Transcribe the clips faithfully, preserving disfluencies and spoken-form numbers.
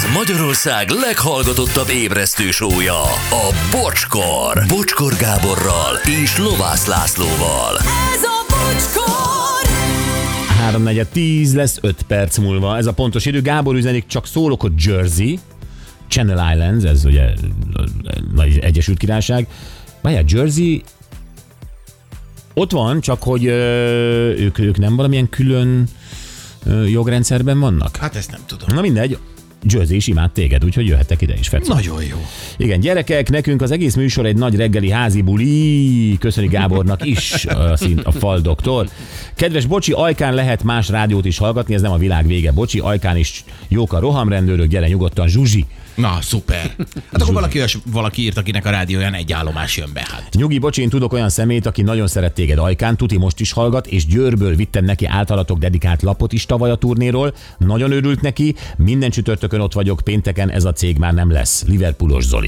Ez Magyarország leghallgatottabb ébresztő show-ja, a Bocskor. Bocskor Gáborral és Lovász Lászlóval. Ez a Bocskor! háromnegyed tíz lesz öt perc múlva. Ez a pontos idő. Gábor üzenik, csak szólok, hogy Jersey, Channel Islands, ez ugye nagy Egyesült Királyság. Várjál, Jersey ott van, csak hogy ö, ők, ők nem valamilyen külön ö, jogrendszerben vannak? Hát ezt nem tudom. Na mindegy, Jersey is imád téged, úgyhogy jöhettek ide is, Feci. Nagyon jó. Igen, gyerekek, nekünk az egész műsor egy nagy reggeli házi buli. Köszöni Gábornak is a, szint, a fal doktor. Kedves Bocsi, Ajkán lehet más rádiót is hallgatni, ez nem a világ vége, Bocsi. Ajkán is jók a rohamrendőrök, gyere nyugodtan, Zsuzsi. Na, szuper. Hát akkor valaki, valaki írt, akinek a rádióján egy állomás jön be. Hát. Nyugi, Bocsi, én tudok olyan szemét, aki nagyon szeret téged Ajkán, tuti most is hallgat, és Győrből vittem neki általatok dedikált lapot is tavaly a turnéról. Nagyon örült neki, minden csütörtökön ott vagyok, pénteken ez a cég már nem lesz. Liverpoolos Zoli.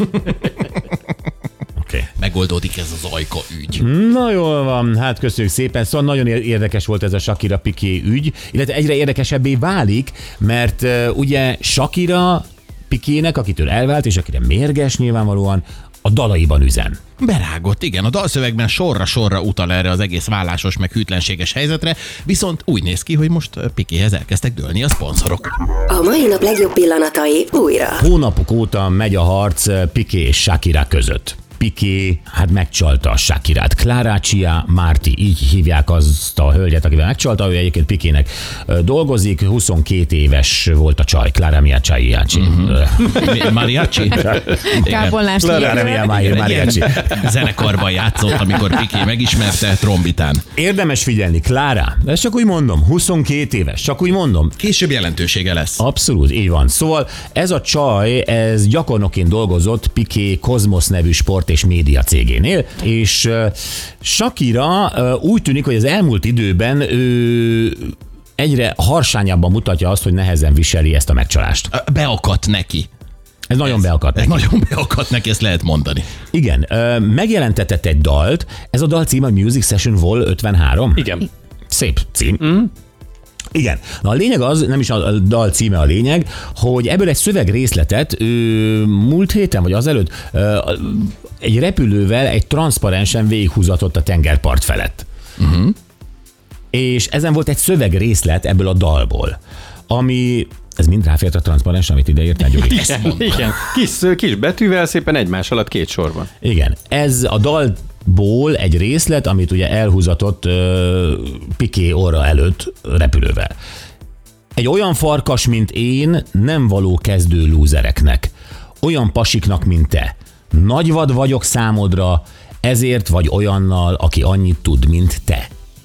Okay. Megoldódik ez az Ajka ügy. Na jól van, hát köszönjük szépen. Szóval nagyon érdekes volt ez a Shakira Piqué ügy, illetve egyre érdekesebbé válik, mert uh, ugye Shakira Piquének, akitől elvált, és akire mérges nyilvánvalóan, a dalaiban üzen. Berágott, igen. A dalszövegben sorra-sorra utal erre az egész vállásos, meg hűtlenséges helyzetre, viszont úgy néz ki, hogy most Piquéhez elkezdtek dőlni a szponzorok. A mai nap legjobb pillanatai újra. Hónapok óta megy a harc Piqué és Shakira között. Piqué, hát megcsalta a Shakirát. Clara Chia Marti, így hívják azt a hölgyet, akivel megcsalta, ő egyébként Piquének dolgozik, huszonkét éves volt a csaj, Clara Mia Chaiachi. Mm-hmm. Mariachi? Kábolás. Clara Mia Mariachi. Zenekarban játszott, amikor Piqué megismerte trombitán. Érdemes figyelni, Clara, ezt csak úgy mondom, huszonkét éves, csak úgy mondom. Később jelentősége lesz. Abszolút, így van. Szóval ez a csaj, ez gyakornokként dolgozott Piqué Cosmos nevű sport és média cégénél, és uh, Shakira uh, úgy tűnik, hogy az elmúlt időben ő egyre harsányabban mutatja azt, hogy nehezen viseli ezt a megcsalást. Beakadt neki. Ez nagyon ez, beakadt ez neki. nagyon beakadt neki, ezt lehet mondani. Igen, uh, megjelentetett egy dalt, ez a dal címe Music Session Vol ötvenhárom. Igen. Szép cím. Mm. Igen. Na a lényeg az, nem is a dal címe a lényeg, hogy ebből egy szövegrészletet ő, múlt héten, vagy azelőtt egy repülővel egy transzparensen végighúzatott a tengerpart felett. Uh-huh. És ezen volt egy szövegrészlet ebből a dalból, ami... Ez mind ráfért a transzparens, amit ide írtál, Gyuri? Igen, igen. Kis, kis betűvel szépen egymás alatt két sorban. Igen. Ez a dal ból egy részlet, amit ugye elhúzatott uh, Piqué orra előtt repülővel. Egy olyan farkas, mint én, nem való kezdő lúzereknek. Olyan pasiknak, mint te. Nagy vad vagyok számodra, ezért vagy olyannal, aki annyit tud, mint te.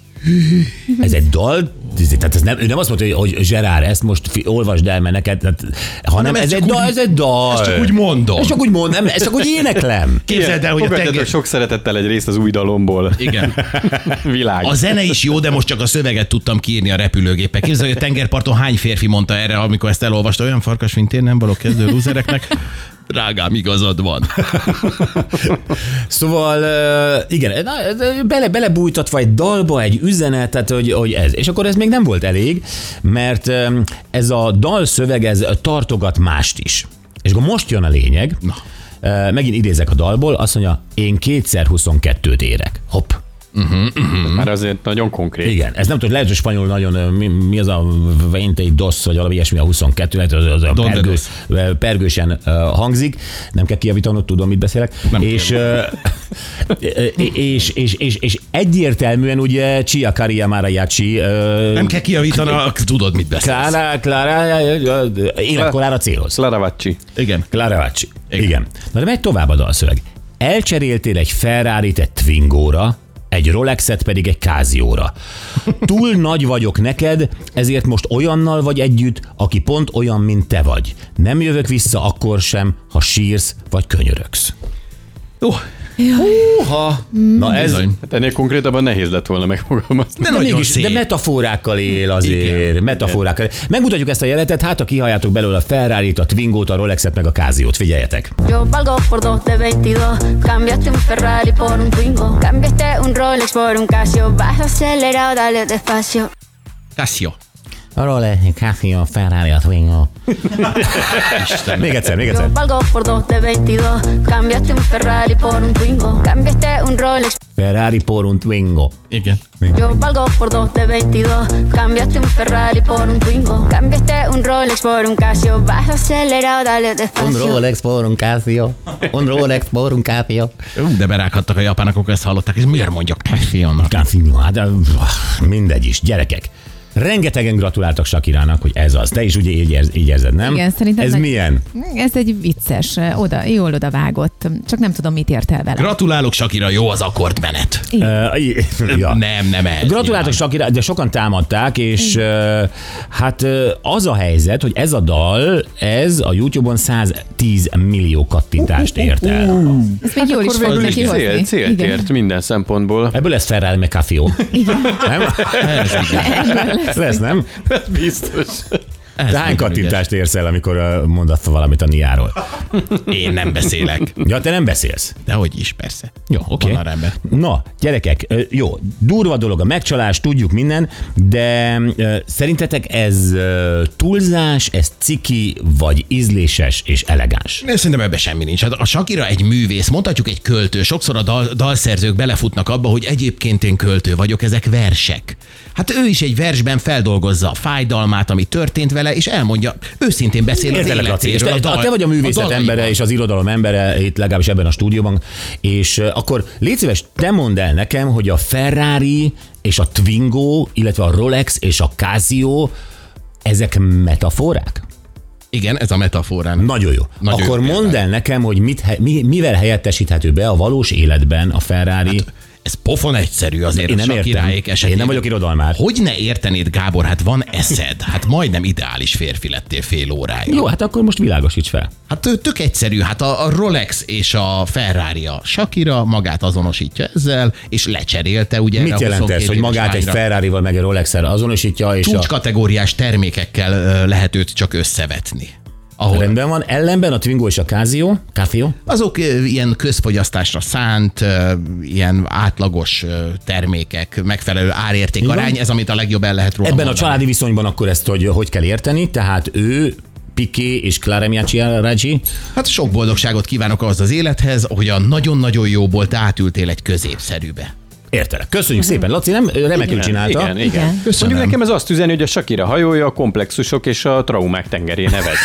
Ez egy dal, tehát ez nem, ő nem azt mondta, hogy Gerard, ezt most fi, olvasd el, mert neked, tehát, hanem nem, ez, ez egy dal, ez egy dal. Ezt csak úgy mondom. Ez csak úgy mondom, ezt csak úgy éneklem. Képzeld el, hogy a tenger... sok szeretettel egy részt az új dalomból. Igen. Világ. A zene is jó, de most csak a szöveget tudtam kiírni a repülőgépek. Képzeld, hogy a tengerparton hány férfi mondta erre, amikor ezt elolvasta, olyan farkas, mint én, nem való kezdő lúzereknek. Drágám, igazad van. Szóval igen, bele, belebújtatva egy dalba egy üzenetet, hogy, hogy ez. És akkor ez még nem volt elég, mert ez a dalszöveg, ez tartogat mást is. És akkor most jön a lényeg, na. Megint idézek a dalból, azt mondja, én kétszer huszonkettőt érek. Hopp. Uh-huh, uh-huh. Már azért nagyon konkrét. Igen, ez nem tudom, lehet, hogy spanyol nagyon, mi, mi az a veinte dos, vagy valami ilyesmi a huszonkettő, az, az a pergő, pergősen uh, hangzik, nem kell kijavítanod, tudom, mit beszélek. És, uh, és, és, és, és egyértelműen ugye Chia Caria Mariachi. Uh, nem kell kijavítani, tudod, mit beszélsz. Clara, Clara, életkorára célhoz. Clara Vacci. Igen. Clara Vacci. Igen. Igen. Na de megy tovább a dalszöveg. Elcseréltél egy Ferrarit egy Twingóra, egy Rolexet pedig egy Casio-ra. Túl nagy vagyok neked, ezért most olyannal vagy együtt, aki pont olyan, mint te vagy. Nem jövök vissza akkor sem, ha sírsz vagy könyörögsz. Uh. Húha! Na ez... Hát ennél konkrétabban nehéz lett volna megfogalmazni. De, de, mégis, de metaforákkal él azért. Igen. Metaforákkal. Megmutatjuk ezt a jelenetet, hát ha kihalljátok belőle a Ferrarit, a Twingót, a Rolexet meg a Casio-t. Figyeljetek! Yo valgo por dos de veintidós. Cambiaste un Ferrari por un Twingo. Cambiaste un Rolex por un Casio. Vas acelerado, dale despacio. Casio. Rolex, Casio, Ferrari, Twingo. Még egyszer, még Yo egyszer. valgo por dos de veintidós. Cambiaste un Ferrari por un Twingo. Cambiaste un Rolex. Ferrari por un Twingo. Igen. Yo valgo por dos de veintidós. Cambiaste un Ferrari por un Twingo. Cambiaste un Rolex por un Casio. Vas acelerado, dale Un despacio. Rolex por un Casio. Un Rolex por un Casio. Ú, de berághattak a japánok, akkor ezt hallották, és miért mondjak Casio-nak? Casio, hát mindegy is, gyerekek. Rengetegen gratuláltak Shakirának, hogy ez az. Te is ugye így, érz, így érzed, nem? Igen, szerintem Ez nagy- milyen? Ez egy vicces, oda, jól odavágott, csak nem tudom, mit ért el vele. Gratulálok, Shakira, jó az akkordmenet. Uh, ja. Nem, nem ez. Gratuláltok nyilván. Shakira, de sokan támadták, és uh, hát uh, az a helyzet, hogy ez a dal, ez a YouTube-on száztíz millió kattintást ért el. Ezt még jól is Akkor fog végül neki is hozni. cél, célt Igen. ért minden szempontból. Ebből lesz Ferrari meg Casio. Nem? Lesz, nem? Biztos. Ez De hány nagyon kattintást érsz el, amikor uh, mondasz valamit a Niáról? ügyes. Én nem beszélek. Ja, te nem beszélsz. Dehogy is, persze. Jó, oké. Van a rendben. Na, gyerekek, ö, jó, durva dolog a megcsalás, tudjuk minden, de ö, szerintetek ez ö, túlzás, ez ciki, vagy ízléses és elegáns? Én szerintem ebben semmi nincs. Hát a Shakira egy művész, mondhatjuk egy költő. Sokszor a dal, dalszerzők belefutnak abba, hogy egyébként én költő vagyok, ezek versek. Hát ő is egy versben feldolgozza a fájdalmát, ami történt vele, és elmondja, őszintén beszél az Értelek, Laci, és életéről. te, a dal- te vagy a művészet dalaiban. embere, és az irodalom embere, itt legalábbis ebben a stúdióban, és uh, akkor légy szíves, te mondd el nekem, hogy a Ferrari és a Twingo, illetve a Rolex és a Casio, ezek metaforák? Igen, ez a metaforán. Nagyon jó. Nagyon Akkor jó mondd példány. el nekem, hogy mit, he- mi, mivel helyettesíthető be a valós életben a Ferrari. Hát, Ez pofon egyszerű azért. Én nem a Shakiráék értem. esetében. Én nem vagyok irodalmár. Hogy ne értenéd, Gábor? Hát van eszed. Hát majdnem ideális férfi lettél fél órája. Jó, hát akkor most világosíts fel. Hát ő tök egyszerű, hát a, a Rolex és a Ferrari, a Shakira magát azonosítja ezzel, és lecserélte ugye Mit erre a jelent ez, huszonkettő hogy éves magát egy lányra. Ferrari-val meg egy Rolex-el azonosítja, és a... Csúcskategóriás termékekkel ö, lehet őt csak összevetni. Ahol Rendben van, ellenben a Twingo és a Casio, Casio, azok ö, ilyen közfogyasztásra szánt, ö, ilyen átlagos ö, termékek, megfelelő árérték arány, ez amit a legjobb el lehet róla ebben a mondani. családi viszonyban akkor ezt hogy, hogy kell érteni, tehát ő, Piqué és Clara Miacchiaraggi, Hát sok boldogságot kívánok ahhoz az élethez, hogy a nagyon-nagyon jóból te átültél egy középszerűbe. értelek. Köszönjük szépen, Laci, nem remekül csinálta. Igen, igen. Igen. Mondjuk nekem ez azt üzeni, hogy a Shakira hajója a komplexusok és a traumák tengerén nevez.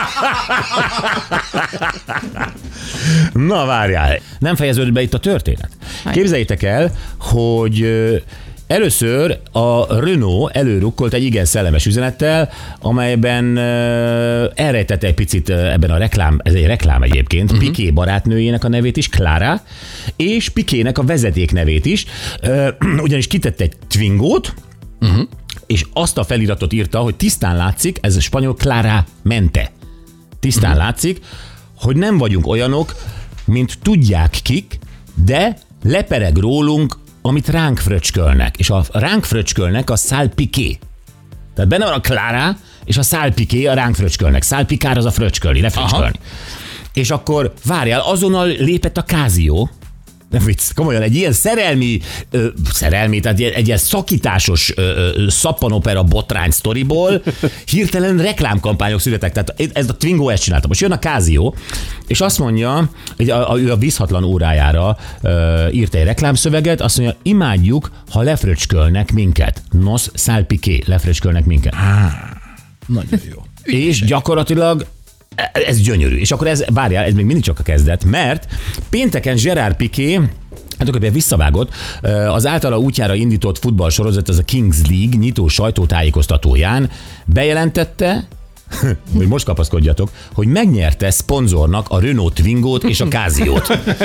Na várjál, nem fejeződött be itt a történet. Képzeljétek el, hogy ö, először a Renault előrukkolt egy igen szellemes üzenettel, amelyben ö, elrejtette egy picit ö, ebben a reklám, ez egy reklám egyébként, uh-huh. Piqué barátnőjének a nevét is, Clara, és Piquének a vezeték nevét is, ö, ugyanis kitett egy Twingót, uh-huh. és azt a feliratot írta, hogy tisztán látszik, ez a spanyol Clara Mente. Tisztán uh-huh. látszik, hogy nem vagyunk olyanok, mint tudják kik, de lepereg rólunk, amit ránk fröcskölnek. És a ránk fröcskölnek a Salpiqué. Tehát benne van a Clara, és a Salpiqué a ránk fröcskölnek. Salpicár az a fröcskölni, lefröcskölni. És akkor várjál, azonnal lépett a Casio, nem vicc, komolyan, egy ilyen szerelmi, ö, szerelmi, tehát egy, egy ilyen szakításos ö, ö, szappanopera botrány sztoriból hirtelen reklámkampányok születtek. Tehát ez a Twingo ezt csinálta. Most jön a Casio, és azt mondja, hogy a, a, ő a vízhatlan órájára ö, írt egy reklámszöveget, azt mondja, imádjuk, ha lefröcskölnek minket. Nos, Salpiqué, lefröcskölnek minket. Nagyon jó. És gyakorlatilag ez gyönyörű. És akkor ez, várjál, ez még mindig csak a kezdet, mert pénteken Gerard Piqué, hát akkor visszavágott, az általa útjára indított futballsorozat, az a Kings League nyitó sajtótájékoztatóján bejelentette, hogy most kapaszkodjatok, hogy megnyerte szponzornak a Renault Twingót és a Casio-t.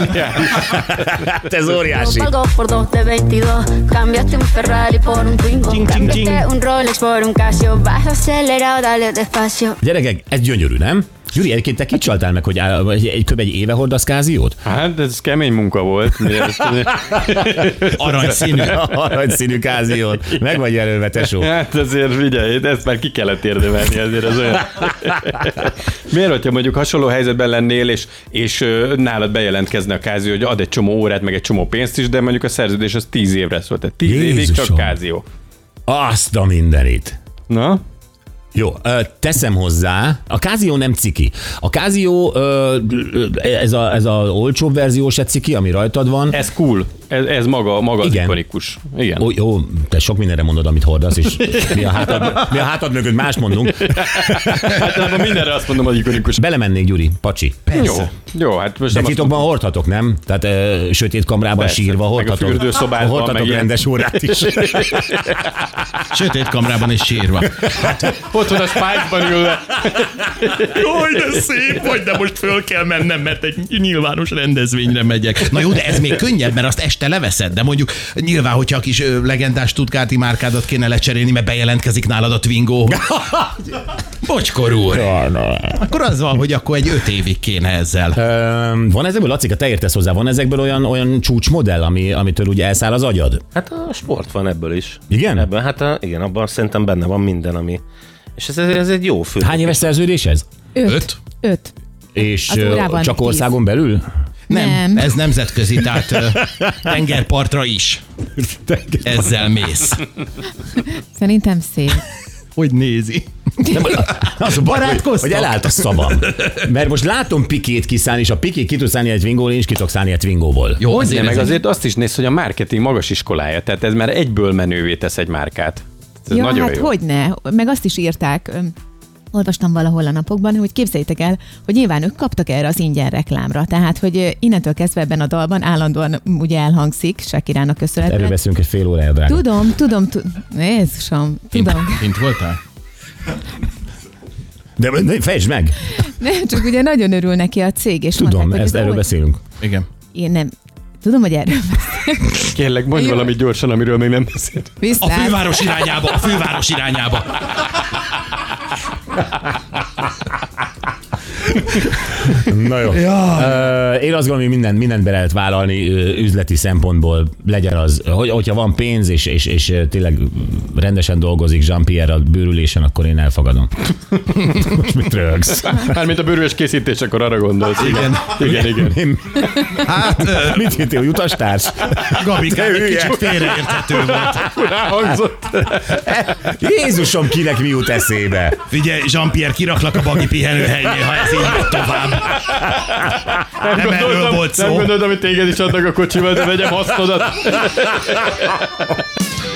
Hát ez óriási. Valgo por dos de veintidós. Cambiaste un Ferrari por un Twingo. Ching, ching, ching. Cambiaste un Rolex por un Casio. Vas acelerado, dale despacio. Gyerekek, ez gyönyörű, nem? Gyuri, egyébként te kit csaltál meg, hogy áll- egy, egy, kb. egy éve hordasz Casio-t? Hát ez kemény munka volt. Aranyszínű. Aranyszínű Casio-t. Meg vagy jelölve, tesó. Hát azért figyelj, ezt már ki kellett érdemelni, azért az olyan. Miért, hogyha mondjuk hasonló helyzetben lennél, és, és ö, nálad bejelentkezne a Casio, hogy ad egy csomó órát, meg egy csomó pénzt is, de mondjuk a szerződés az tíz évre szólt. Tehát tíz évig Jézusom. csak Casio. Azt a mindenit. Na? Jó, teszem hozzá, a Casio nem ciki. A Casio, ez a, ez a olcsóbb verzió se ciki, ami rajtad van. Ez cool. Ez, ez maga, maga az ikonikus. Igen. Ó, jó, te sok mindenre mondod, amit hordasz, és mi a hátad, mi a hátad mögött más mondunk. Hát mindenre azt mondom, hogy ikonikus. Belemennék, Gyuri, pacsi. Jó, jó, hát most de titokban hordhatok, nem? Tehát uh, sötét kamrában persze, sírva hordhatok. Meg a fürdőszobában. Hordhatok rendes órát is. Sötét kamrában is sírva. Hát, ott van a Spice-ban ülve. Jaj, de szép vagy, de most föl kell mennem, mert egy nyilvános rendezvényre megyek. Na jó, de ez még könnyebb, mert azt este leveszed, de mondjuk nyilván, hogyha a kis legendás Stuttgarti márkádat kéne lecserélni, mert bejelentkezik nálad a Twingo. Bocskor úr. Ja, no. Akkor az van, hogy akkor egy öt évig kéne ezzel. Ö, van ezekből, Lacika, te értesz hozzá, van ezekből olyan, olyan csúcsmodell, ami, amitől ugye elszáll az agyad? Hát a sport van ebből is. Igen? Ebben, hát a, igen, abban szerintem benne van minden, ami... És ez, ez egy jó fő. Hány éves szerződés ez? Öt. Öt. Öt. És csak országon belül? Nem, nem, ez nemzetközi, tehát tengerpartra is. Ezzel mész. Szerintem szép. Hogy nézi? Nem, az barátkoztak, hogy elállt a szavam. Mert most látom Pikét kiszállni, és a Piké ki tud szállni egy Twingo-ból, én is ki tudok szállni egy Twingo-ból. Jó, azért meg azért azt is néz, hogy a marketing magas iskolája, tehát ez már egyből menővé tesz egy márkát. Ez ja, nagyon hát jó. hogyne, meg azt is írták, olvastam valahol a napokban, hogy képzeljétek el, hogy nyilván ők kaptak erre az ingyen reklámra. Tehát, hogy innentől kezdve ebben a dalban állandóan ugye elhangzik, Shakirának köszönhetően. Erről beszélünk egy fél órája, drága. Tudom, tudom, tudom. Jézusom, tudom. Kint voltál? De, de fejtsd meg! Nem, csak ugye nagyon örül neki a cég. És tudom, mondták, ezt erről hogy... beszélünk. Igen. Én nem. Tudom, hogy erről Kérlek, mondj valamit gyorsan, amiről még nem beszélt. A főváros irányába, a főváros irányába. Na jó. Ja. Uh, én azt gondolom, hogy mindent, mindent be lehet vállalni uh, üzleti szempontból, legyen az, hogy, hogyha van pénz, és, és, és tényleg rendesen dolgozik Jean-Pierre a bőrülésen, akkor én elfogadom. Most mit rögsz? Mármint a bőrülés készítés, akkor arra gondolsz. Igen. Igen, igen. Én... Hát, uh, mit hittél, hogy utastárs? Gabi, egy kicsit félreérthető volt. Ráhangzott. Jézusom, kinek mi jut eszébe? Figyelj, Jean-Pierre, kiraklak a bagi pihenőhelynél, ha ez így megy tovább. Nem, nem erről volt szó. Nem gondoltam, hogy téged is adnak a kocsival, de vegyem hasznodat.